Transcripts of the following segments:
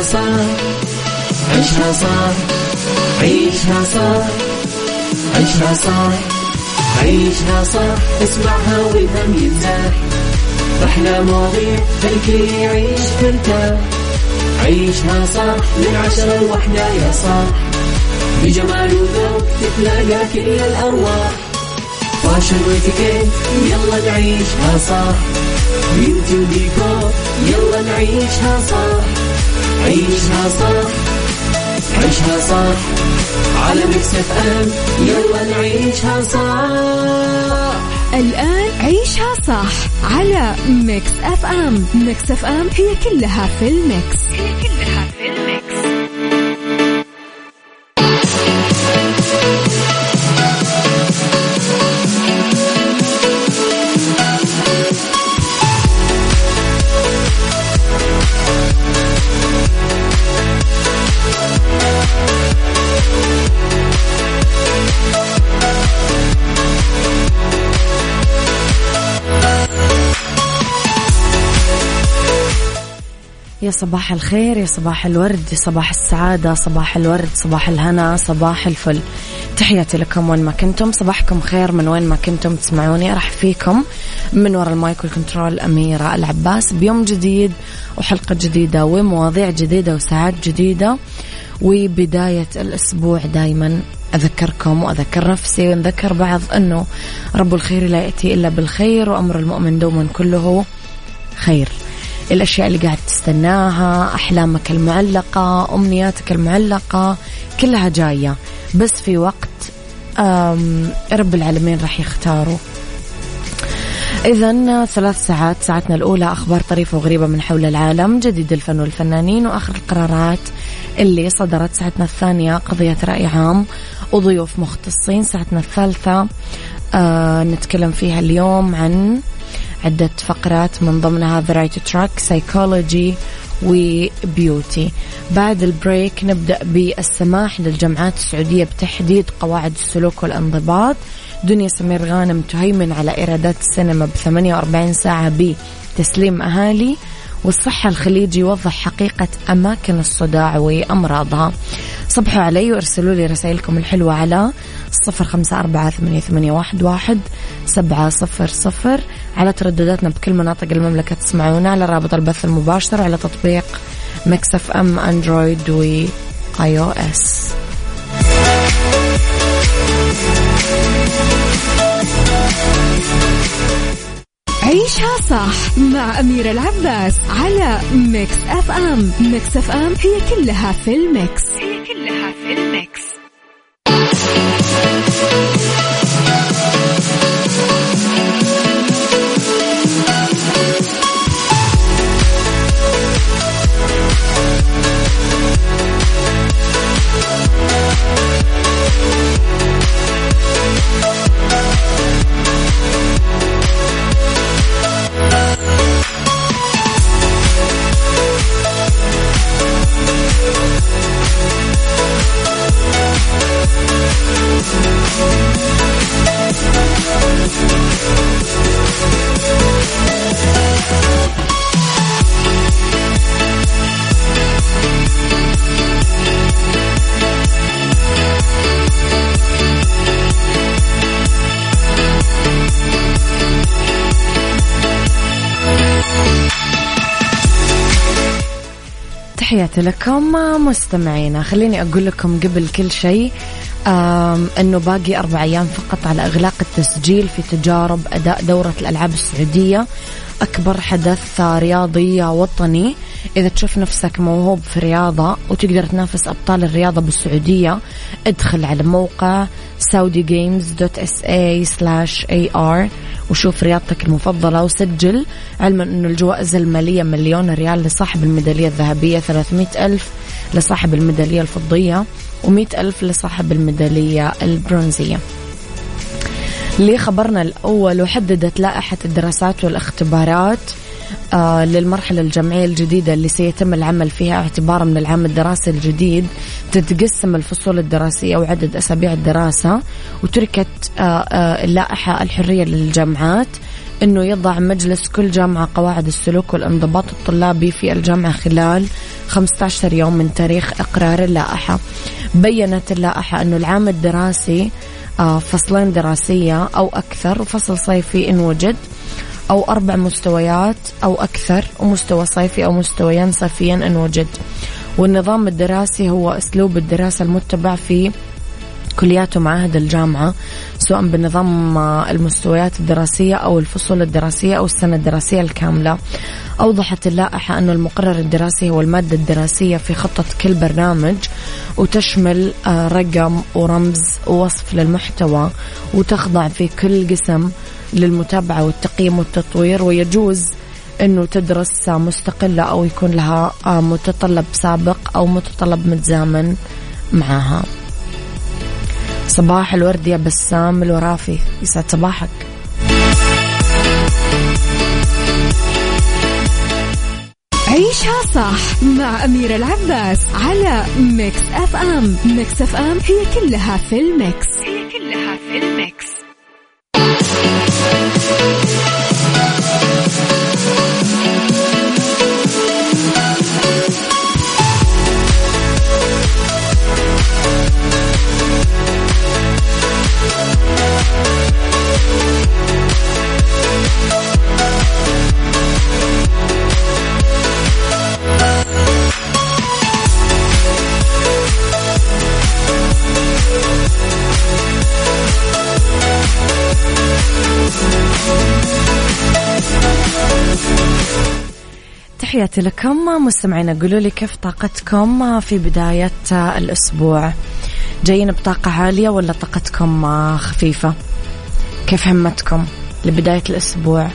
صح عيشها صح عيشها صح عيشها صح عيشها صح اسمعها والهم ينزاح أحلى مواضيع خلي يعيش مرتاح عيشها صح من 10 ل1 يا صاح بجمال وذوق تتلاقى كل الأرواح فاشل واتيكيت يلا نعيشها صح بيوتي وديكور يلا نعيشها صح عيشها صح عيشها صح على ميكس اف ام يلا نعيشها صح. الآن عيشها صح على ميكس اف ام. ميكس اف ام هي كلها في الميكس. يا صباح الخير، يا صباح الورد، يا صباح السعادة، صباح الورد، صباح الهنا، صباح الفل. تحياتي لكم وين ما كنتم، صباحكم خير من وين ما كنتم تسمعوني. أرحب فيكم من وراء المايك والكنترول أميرة العباس بيوم جديد وحلقة جديدة ومواضيع جديدة وساعات جديدة وبداية الأسبوع. دايما أذكركم وأذكر نفسي ونذكر بعض أنه رب الخير لا يأتي إلا بالخير وأمر المؤمن دوما كله خير. الأشياء اللي قاعد تستناها، أحلامك المعلقة، أمنياتك المعلقة، كلها جاية بس في وقت رب العالمين راح يختاره. إذن 3 ساعات، ساعتنا الأولى أخبار طريفة وغريبة من حول العالم، جديد الفن والفنانين وآخر القرارات اللي صدرت. ساعتنا الثانية قضية رأي عام وضيوف مختصين. ساعتنا الثالثة نتكلم فيها اليوم عن عدة فقرات من ضمنها Variety Track, Psychology وبيوتي. بعد البريك نبدأ بالسماح للجامعات السعودية بتحديد قواعد السلوك والانضباط. دنيا سمير غانم تهيمن على إيرادات السينما ب48 ساعة بتسليم أهالي. والصحة الخليجي يوضح حقيقة أماكن الصداع وأمراضها. صبحوا علي وارسلوا لي رسائلكم الحلوة على 0548811700 على تردداتنا بكل مناطق المملكة. تسمعونا على رابط البث المباشر على تطبيق ميكس اف ام اندرويد و اي او اس. عيشها صح مع أميرة العباس على ميكس اف ام. ميكس اف ام هي كلها في الميكس. تحياتي لكم مستمعينا. خليني أقول لكم قبل كل شيء أنه باقي 4 أيام فقط على إغلاق التسجيل في تجارب أداء دورة الألعاب السعودية، أكبر حدث رياضي وطني. إذا تشوف نفسك موهوب في رياضة وتقدر تنافس أبطال الرياضة بالسعودية، ادخل على موقع saudigames.sa/ar وشوف رياضتك المفضلة وسجل، علما أنه الجوائز المالية 1,000,000 ريال لصاحب الميدالية الذهبية، 300,000 لصاحب الميدالية الفضية، و100,000 لصاحب الميدالية البرونزية. لخبرنا الأول، وحددت لائحة الدراسات والاختبارات للمرحلة الجامعية الجديدة اللي سيتم العمل فيها اعتبارا من العام الدراسي الجديد تتقسم الفصول الدراسية وعدد أسابيع الدراسة. وتركت اللائحة الحرية للجامعات أنه يضع مجلس كل جامعة قواعد السلوك والانضباط الطلابي في الجامعة خلال 15 يوم من تاريخ إقرار اللائحة. بيّنت اللائحة أنه العام الدراسي فصلين دراسية أو أكثر، وفصل صيفي إن وجد، أو 4 مستويات أو أكثر، ومستوى صيفي أو مستويين صيفيين إن وجد. والنظام الدراسي هو أسلوب الدراسة المتبع في كليات ومعاهد الجامعة، سواء بنظام المستويات الدراسية أو الفصول الدراسية أو السنة الدراسية الكاملة. أوضحت اللائحة أن المقرر الدراسي هو المادة الدراسية في خطة كل برنامج، وتشمل رقم ورمز ووصف للمحتوى، وتخضع في كل قسم للمتابعة والتقييم والتطوير، ويجوز أنه تدرس مستقلة أو يكون لها متطلب سابق أو متطلب متزامن معها. صباح الورد يا بسام الورافي، يسعد صباحك. عيشها صح مع أميرة العباس على ميكس أف أم. ميكس أف أم هي كلها في الميكس، هي كلها في الميكس. تحياتي لكم مستمعين، قولوا لي كيف طاقتكم في بداية الأسبوع؟ جايين بطاقة عالية ولا طاقتكم خفيفة؟ كيف همتكم لبداية الأسبوع؟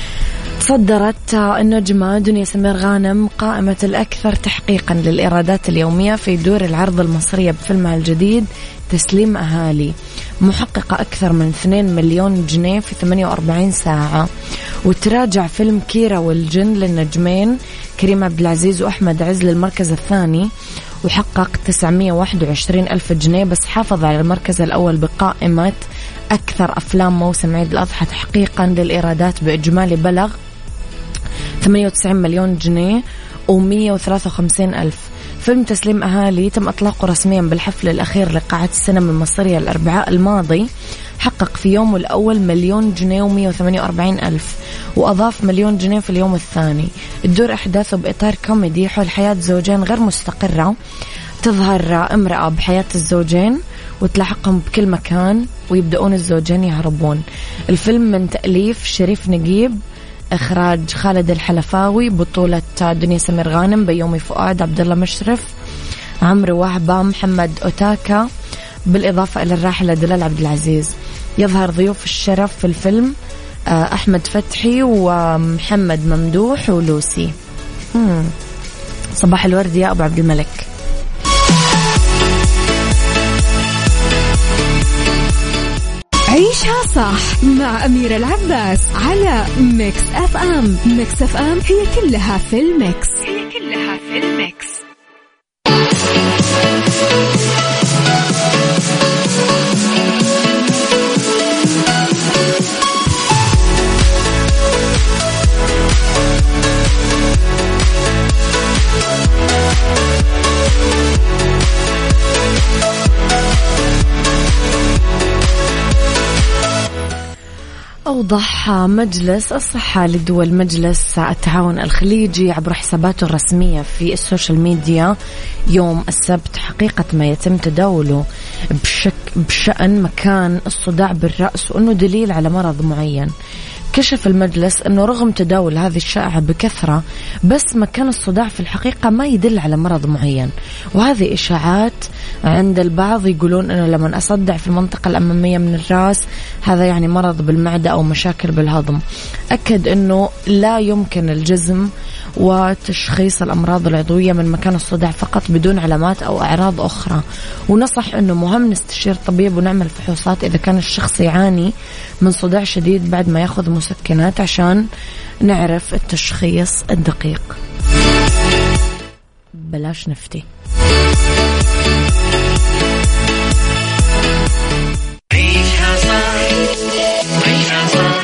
تصدرت النجمة دنيا سمير غانم قائمة الأكثر تحقيقا للإيرادات اليومية في دور العرض المصرية بفيلمها الجديد تسليم أهالي، محققة أكثر من 2 مليون جنيه في 48 ساعة. وتراجع فيلم كيرة والجن للنجمين كريم عبد العزيز وأحمد عز للمركز الثاني، وحقق 921 ألف جنيه، بس حافظ على المركز الأول بقائمة أكثر أفلام موسم عيد الأضحى تحقيقا للإيرادات بإجمالي بلغ 98 مليون جنيه و153 ألف. فيلم تسليم أهالي تم إطلاقه رسميا بالحفل الأخير لقاعة السينما المصرية الأربعاء الماضي، حقق في يومه الأول 1,000,000 جنيه و148 ألف، وأضاف 1,000,000 جنيه في اليوم الثاني. الدور أحداثه بإطار كوميدي حول حياة زوجين غير مستقرة، تظهر امرأة بحياة الزوجين وتلاحقهم بكل مكان، ويبدأون الزوجين يهربون. الفيلم من تأليف شريف نجيب، إخراج خالد الحلفاوي، بطولة دنيا سمير غانم، بيومي فؤاد، عبد الله مشرف، عمرو وهبة، محمد أوتاكا، بالإضافة إلى الراحلة دلال عبد العزيز. يظهر ضيوف الشرف في الفيلم أحمد فتحي ومحمد ممدوح ولوسي. صباح الورد يا أبو عبد الملك. عيشها صح مع أميرة العباس على ميكس أف أم. ميكس أف أم هي كلها في الميكس، هي كلها في الميكس. أوضح مجلس الصحة لدول مجلس التعاون الخليجي عبر حساباته الرسمية في السوشيال ميديا يوم السبت حقيقة ما يتم تداوله بشأن مكان الصداع بالرأس، وأنه دليل على مرض معين. كشف المجلس أنه رغم تداول هذه الشائعة بكثرة، بس مكان الصداع في الحقيقة ما يدل على مرض معين، وهذه إشاعات عند البعض يقولون أنه لما أصدع في المنطقة الأمامية من الرأس هذا يعني مرض بالمعدة أو مشاكل بالهضم. أكد أنه لا يمكن الجزم وتشخيص الأمراض العضوية من مكان الصداع فقط بدون علامات أو أعراض أخرى، ونصح أنه مهم نستشير طبيب ونعمل فحوصات إذا كان الشخص يعاني من صداع شديد بعد ما يأخذ مسكنات عشان نعرف التشخيص الدقيق. بلاش نفتي. عيشها صح، عيشها صح،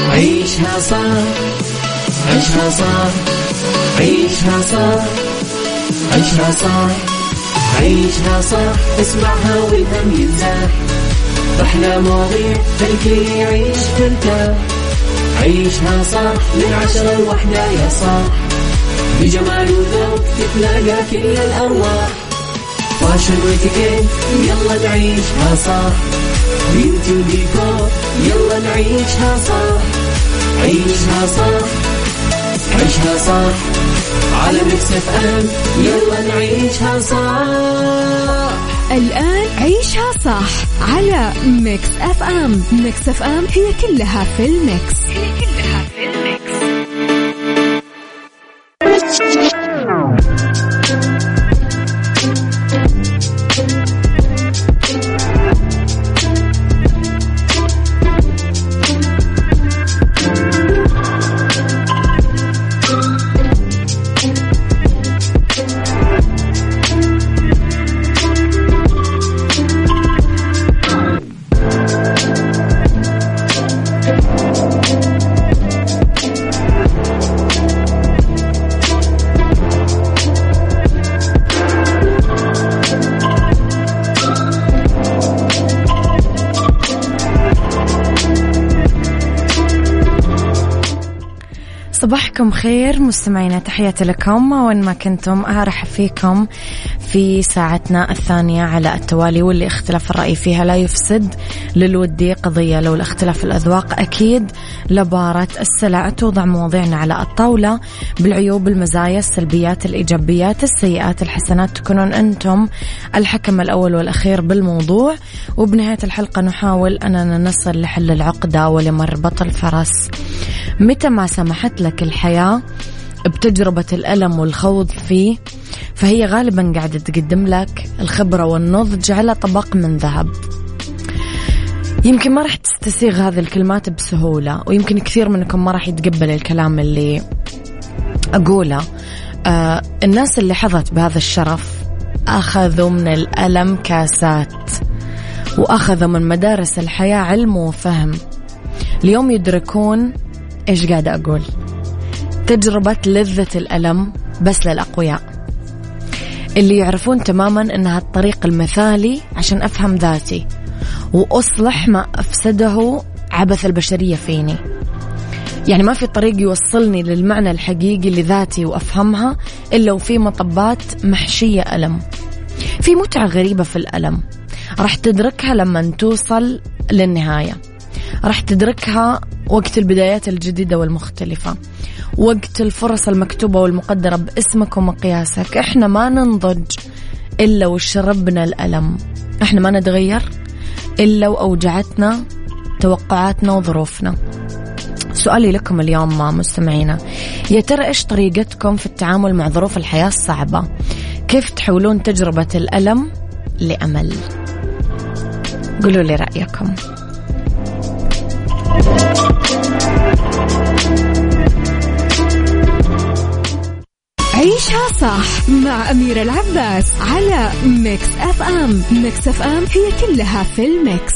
عيشها صح، عيشها صح، عيشها صح، عيشها صح عيشها صح اسمعها والهم ينزاح أحلى مواضيع خلي يعيش مرتاح عيشها صح من 10 ل1 يا صاح بجمال وذوق تتلاقى كل الأرواح فاشل واتيكيت يلا نعيشها صح بيوتي وديكور يلا نعيشها صح عيشها صح عيشها صح على ميكس اف ام يلا نعيشها صح. الآن عيشها صح على ميكس اف ام. ميكس اف ام هي كلها في الميكس. صباحكم خير مستمعينا، تحياتي لكم وين ما كنتم. أرحب فيكم في ساعتنا الثانية على التوالي، واللي اختلاف الرأي فيها لا يفسد للودي قضية. لو الاختلاف الأذواق أكيد لبارة السلع. توضع مواضيعنا على الطاولة بالعيوب، المزايا، السلبيات، الإيجابيات، السيئات، الحسنات. تكونون أنتم الحكم الأول والأخير بالموضوع، وبنهاية الحلقة نحاول أننا نصل لحل العقدة ولمربط الفرس. متى ما سمحت لك الحياة بتجربة الألم والخوض فيه، فهي غالبا قاعدة تقدم لك الخبرة والنضج على طبق من ذهب. يمكن ما رح تستسيغ هذه الكلمات بسهولة، ويمكن كثير منكم ما رح يتقبل الكلام اللي أقوله. الناس اللي حظت بهذا الشرف أخذوا من الألم كاسات، وأخذوا من مدارس الحياة علم وفهم. اليوم يدركون إيش قاعدة أقول. تجربة لذة الألم بس للأقوياء، اللي يعرفون تماما أنها الطريق المثالي عشان أفهم ذاتي وأصلح ما أفسده عبث البشرية فيني. يعني ما في طريق يوصلني للمعنى الحقيقي لذاتي وأفهمها إلا وفي مطبات محشية ألم. في متعة غريبة في الألم راح تدركها لما توصل للنهاية، راح تدركها وقت البدايات الجديدة والمختلفة، وقت الفرص المكتوبة والمقدرة باسمك ومقياسك. احنا ما ننضج إلا وشربنا الألم، احنا ما نتغير إلا وأوجعتنا توقعاتنا وظروفنا. سؤالي لكم اليوم مستمعينا، يا ترى إيش طريقتكم في التعامل مع ظروف الحياة الصعبة؟ كيف تحولون تجربة الألم لأمل؟ قولوا لي رأيكم. عيشها صح مع أميرة العباس على ميكس اف ام. ميكس اف ام هي كلها في الميكس.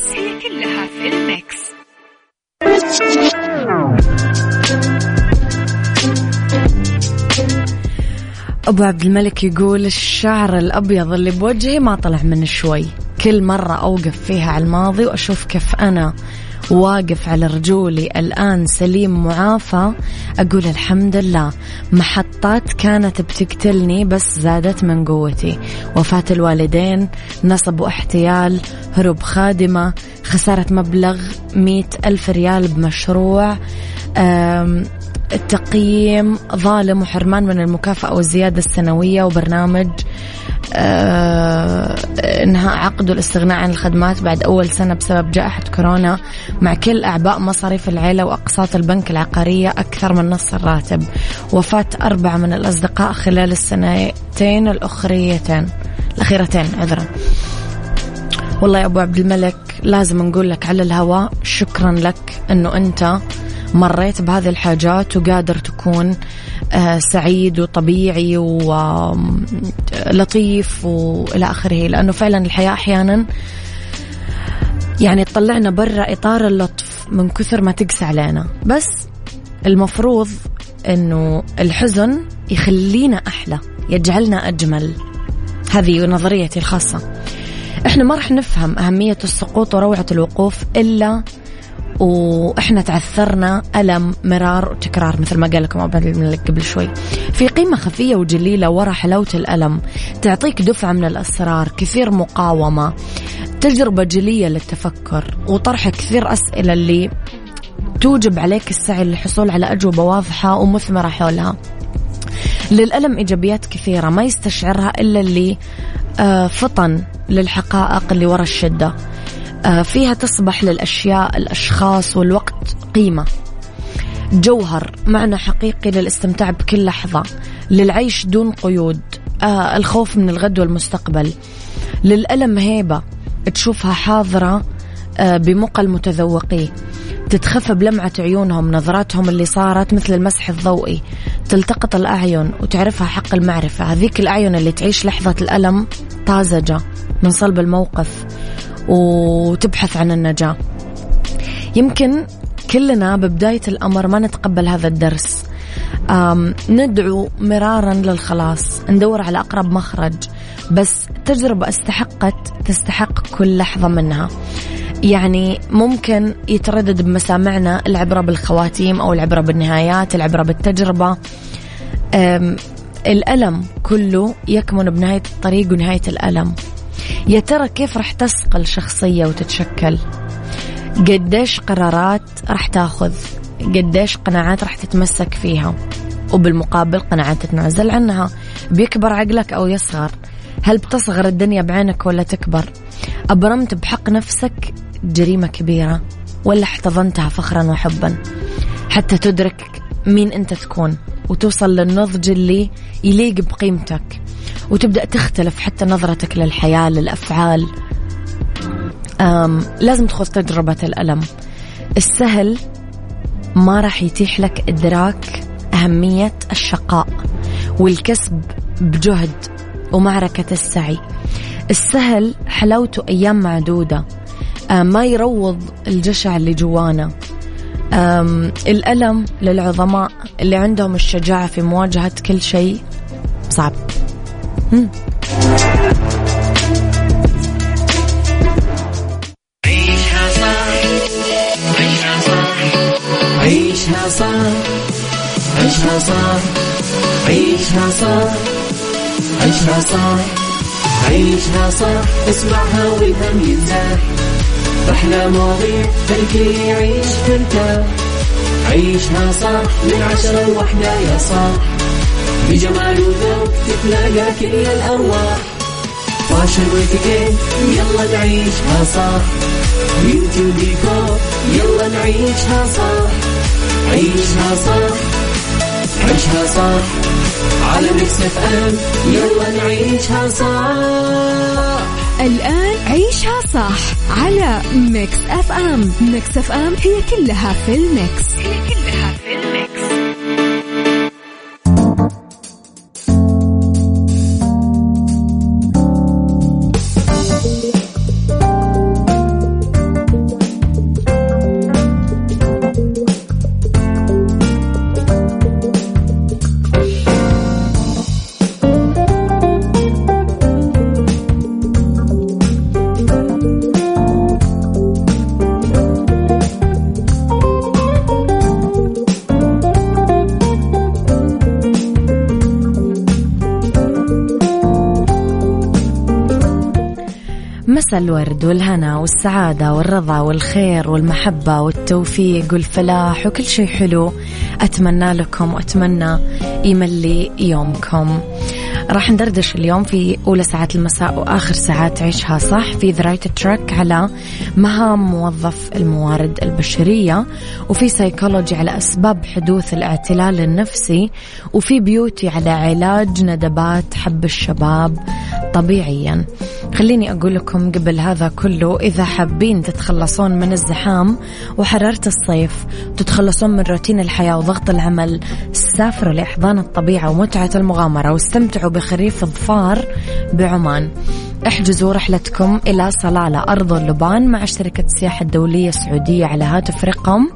أبو عبد الملك يقول الشعر الأبيض اللي بوجهي ما طلع من شوي. كل مرة أوقف فيها على الماضي وأشوف كيف أنا واقف على رجولي الآن سليم معافى، أقول الحمد لله. محطات كانت بتقتلني بس زادت من قوتي. وفاة الوالدين، نصب واحتيال، هروب خادمة، خسارة مبلغ 100,000 ريال بمشروع، التقييم ظالم وحرمان من المكافأة والزيادة السنوية، وبرنامج انهاء عقد والاستغناء عن الخدمات بعد أول سنة بسبب جائحة كورونا، مع كل أعباء مصاريف العيلة وأقساط البنك العقارية أكثر من نصف الراتب. وفاة 4 من الأصدقاء خلال السنتين الأخيرتين. والله يا أبو عبد الملك لازم نقول لك على الهواء شكرا لك أنه أنت مريت بهذه الحاجات وقادر تكون سعيد وطبيعي ولطيف وإلى آخره. لأنه فعلا الحياة أحيانا يعني تطلعنا برا إطار اللطف من كثر ما تقسى علينا. بس المفروض أنه الحزن يخلينا أحلى، يجعلنا أجمل. هذه نظريتي الخاصة. إحنا ما رح نفهم أهمية السقوط وروعة الوقوف إلا وإحنا تعثرنا ألم مرار وتكرار، مثل ما قال لكم قبل شوي. في قيمة خفية وجليلة وراء حلاوة الألم، تعطيك دفعة من الأسرار، كثير مقاومة، تجربة جلية للتفكر وطرح كثير أسئلة اللي توجب عليك السعي للحصول على أجوبة واضحة ومثمرة حولها. للألم إيجابيات كثيرة ما يستشعرها إلا اللي فطن للحقائق اللي وراء الشدة. فيها تصبح للأشياء، الأشخاص والوقت قيمة، جوهر، معنى حقيقي للاستمتاع بكل لحظة، للعيش دون قيود، الخوف من الغد والمستقبل. للألم هيبة تشوفها حاضرة بمقى المتذوقين، تتخفى بلمعة عيونهم، نظراتهم اللي صارت مثل المسح الضوئي، تلتقط الأعين وتعرفها حق المعرفة. هذيك الأعين اللي تعيش لحظة الألم طازجة من صلب الموقف وتبحث عن النجاة. يمكن كلنا ببداية الأمر ما نتقبل هذا الدرس، ندعو مرارا للخلاص، ندور على أقرب مخرج، بس تجربة تستحق كل لحظة منها. يعني ممكن يتردد بمسامعنا العبرة بالخواتيم أو العبرة بالنهايات، العبرة بالتجربة. الألم كله يكمن بنهاية الطريق ونهاية الألم. يا ترى كيف رح تسقل شخصية وتتشكل؟ قديش قرارات رح تاخذ؟ قديش قناعات رح تتمسك فيها؟ وبالمقابل قناعات تتنازل عنها. بيكبر عقلك أو يصغر؟ هل بتصغر الدنيا بعينك ولا تكبر؟ أبرمت بحق نفسك جريمة كبيرة ولا احتضنتها فخرا وحبا حتى تدرك مين أنت تكون وتوصل للنضج اللي يليق بقيمتك، وتبدأ تختلف حتى نظرتك للحياة، للأفعال. لازم تخوض تجربة الألم. السهل ما راح يتيح لك إدراك أهمية الشقاء والكسب بجهد ومعركة السعي. السهل حلاوته أيام معدودة، ما يروض الجشع اللي جوانا. الألم للعظماء اللي عندهم الشجاعة في مواجهة كل شيء صعب. عيشها صح، عيشها صح، عيشها صح، عيشها صح، عيشها صح، عيشها صح، عيشها صح، اسمعها والهم ينزاح، أحلى مواضيع خلي يعيش ترتاح. عيشها صح من 10 ل1 يا صاح، بجمال وذوق تتلاقى كل الأرواح. فاشل واتيكيت يلا نعيشها صح، بيوتي وديكور يلا نعيشها صح. عيشها صح، عيشها صح، على ميكس اف ام يلا نعيشها صح. الآن عيشها صح على ميكس اف ام. ميكس اف ام هي كلها في الميكس، هي كلها في الميكس. مساء الورد والهنا والسعادة والرضا والخير والمحبة والتوفيق والفلاح وكل شيء حلو أتمنى لكم وأتمنى يملي يومكم. راح ندردش اليوم في أولى ساعات المساء وآخر ساعات عيشها صح في ذا رايت تراك على مهام موظف الموارد البشرية، وفي سايكولوجي على أسباب حدوث الاعتلال النفسي، وفي بيوتي على علاج ندبات حب الشباب طبيعيا. خليني أقول لكم قبل هذا كله، إذا حابين تتخلصون من الزحام وحرارة الصيف، تتخلصون من روتين الحياة وضغط العمل، سافروا لإحضان الطبيعة ومتعة المغامرة واستمتعوا بخريف الظفار بعمان. احجزوا رحلتكم إلى صلالة أرض اللبان مع شركة السياحة الدولية السعودية على هاتف رقم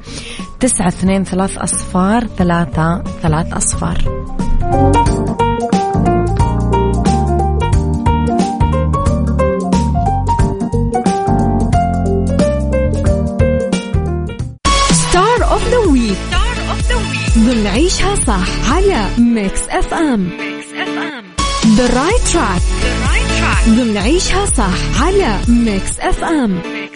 923 صفار 33 صفار. ضمن عيشها صح على ميكس اف ام. The right track ضمن عيشها صح على ميكس اف ام.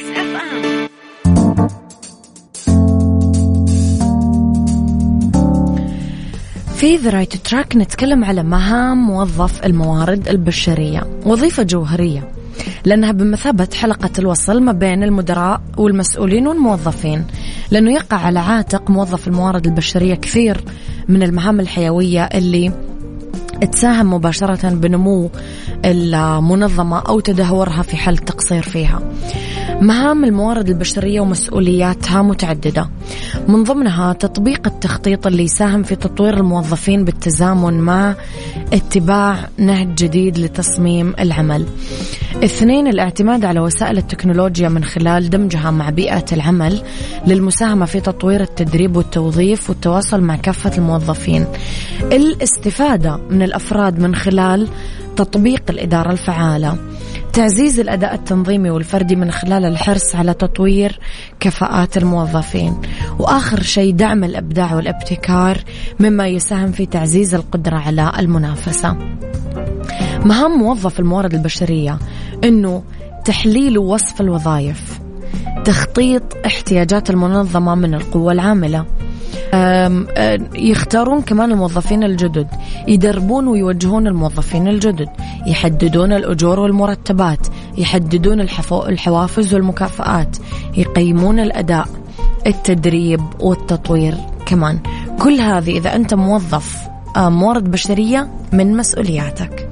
في The Right Track نتكلم على مهام موظف الموارد البشرية، وظيفة جوهرية لأنها بمثابة حلقة الوصل ما بين المدراء والمسؤولين والموظفين، لأنه يقع على عاتق موظف الموارد البشرية كثير من المهام الحيوية اللي تساهم مباشرة بنمو المنظمة أو تدهورها في حال التقصير فيها. مهام الموارد البشرية ومسؤولياتها متعددة، من ضمنها تطبيق التخطيط اللي يساهم في تطوير الموظفين بالتزامن مع اتباع نهج جديد لتصميم العمل. 2 الاعتماد على وسائل التكنولوجيا من خلال دمجها مع بيئة العمل للمساهمة في تطوير التدريب والتوظيف والتواصل مع كافة الموظفين. الاستفادة من الأفراد من خلال تطبيق الإدارة الفعالة. تعزيز الأداء التنظيمي والفردي من خلال الحرص على تطوير كفاءات الموظفين. وآخر شيء دعم الإبداع والابتكار مما يساهم في تعزيز القدرة على المنافسة. مهام موظف الموارد البشرية إنه تحليل ووصف الوظائف، تخطيط احتياجات المنظمة من القوة العاملة، يختارون كمان الموظفين الجدد، يدربون ويوجهون الموظفين الجدد، يحددون الأجور والمرتبات، يحددون الحوافز والمكافآت، يقيمون الأداء، التدريب والتطوير كمان. كل هذه إذا أنت موظف موارد بشرية من مسؤولياتك.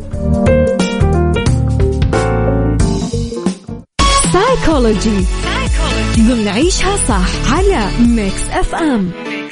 سايكولوجي ضمن عيشها صح على ميكس اف ام.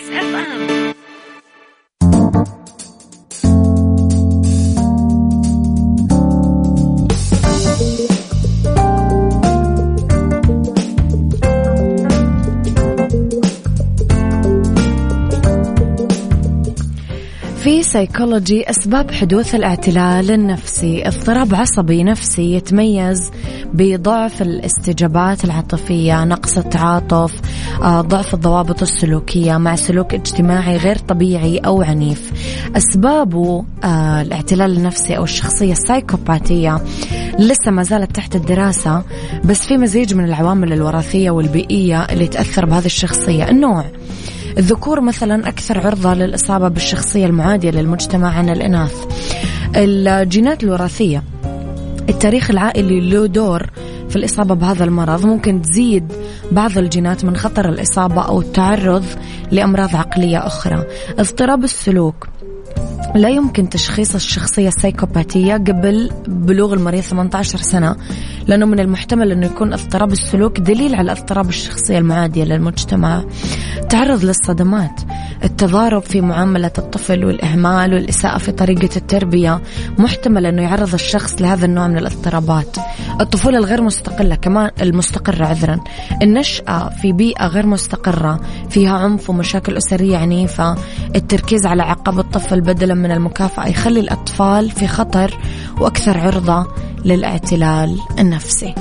في سايكولوجي أسباب حدوث الاعتلال النفسي. اضطراب عصبي نفسي يتميز بضعف الاستجابات العاطفية، نقص التعاطف، ضعف الضوابط السلوكية مع سلوك اجتماعي غير طبيعي أو عنيف. أسبابه الاعتلال النفسي أو الشخصية السايكوباتية لسه ما زالت تحت الدراسة، بس في مزيج من العوامل الوراثية والبيئية اللي تأثر بهذه الشخصية. النوع: الذكور مثلا أكثر عرضة للإصابة بالشخصية المعادية للمجتمع عن الإناث. الجينات الوراثية، التاريخ العائلي له دور في الإصابة بهذا المرض، ممكن تزيد بعض الجينات من خطر الإصابة أو التعرض لأمراض عقلية أخرى. اضطراب السلوك، لا يمكن تشخيص الشخصية السايكوباتية قبل بلوغ المريض 18 سنة، لأنه من المحتمل أنه يكون اضطراب السلوك دليل على اضطراب الشخصية المعادية للمجتمع. تعرض للصدمات، التضارب في معاملة الطفل والإهمال والإساءة في طريقة التربية محتمل أنه يعرض الشخص لهذا النوع من الاضطرابات. الطفولة الغير مستقلة كمان المستقرة النشأة في بيئة غير مستقرة فيها عنف ومشاكل أسرية عنيفة، التركيز على عقاب الطفل بدلا من المكافأة يخلي الأطفال في خطر وأكثر عرضة للاعتلال النفسي.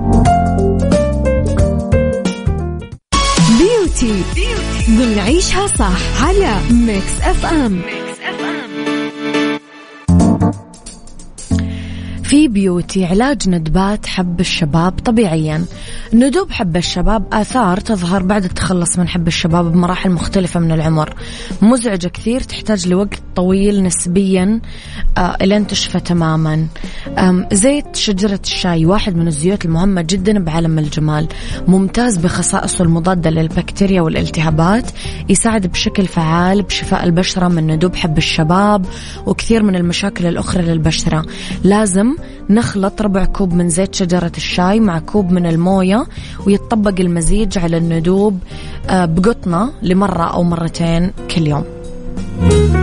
بيوتي ضمن عيشها صح على ميكس اف ام. في بيوتي علاج ندبات حب الشباب طبيعيا. ندوب حب الشباب آثار تظهر بعد التخلص من حب الشباب بمراحل مختلفة من العمر، مزعجة كثير، تحتاج لوقت طويل نسبيا إلى تشفى تماما. زيت شجرة الشاي واحد من الزيوت المهمة جدا بعالم الجمال، ممتاز بخصائصه المضادة للبكتيريا والالتهابات، يساعد بشكل فعال بشفاء البشرة من ندوب حب الشباب وكثير من المشاكل الأخرى للبشرة. لازم نخلط ربع كوب من زيت شجرة الشاي مع كوب من الموية، ويتطبق المزيج على الندوب بقطنة لمرة أو مرتين كل يوم.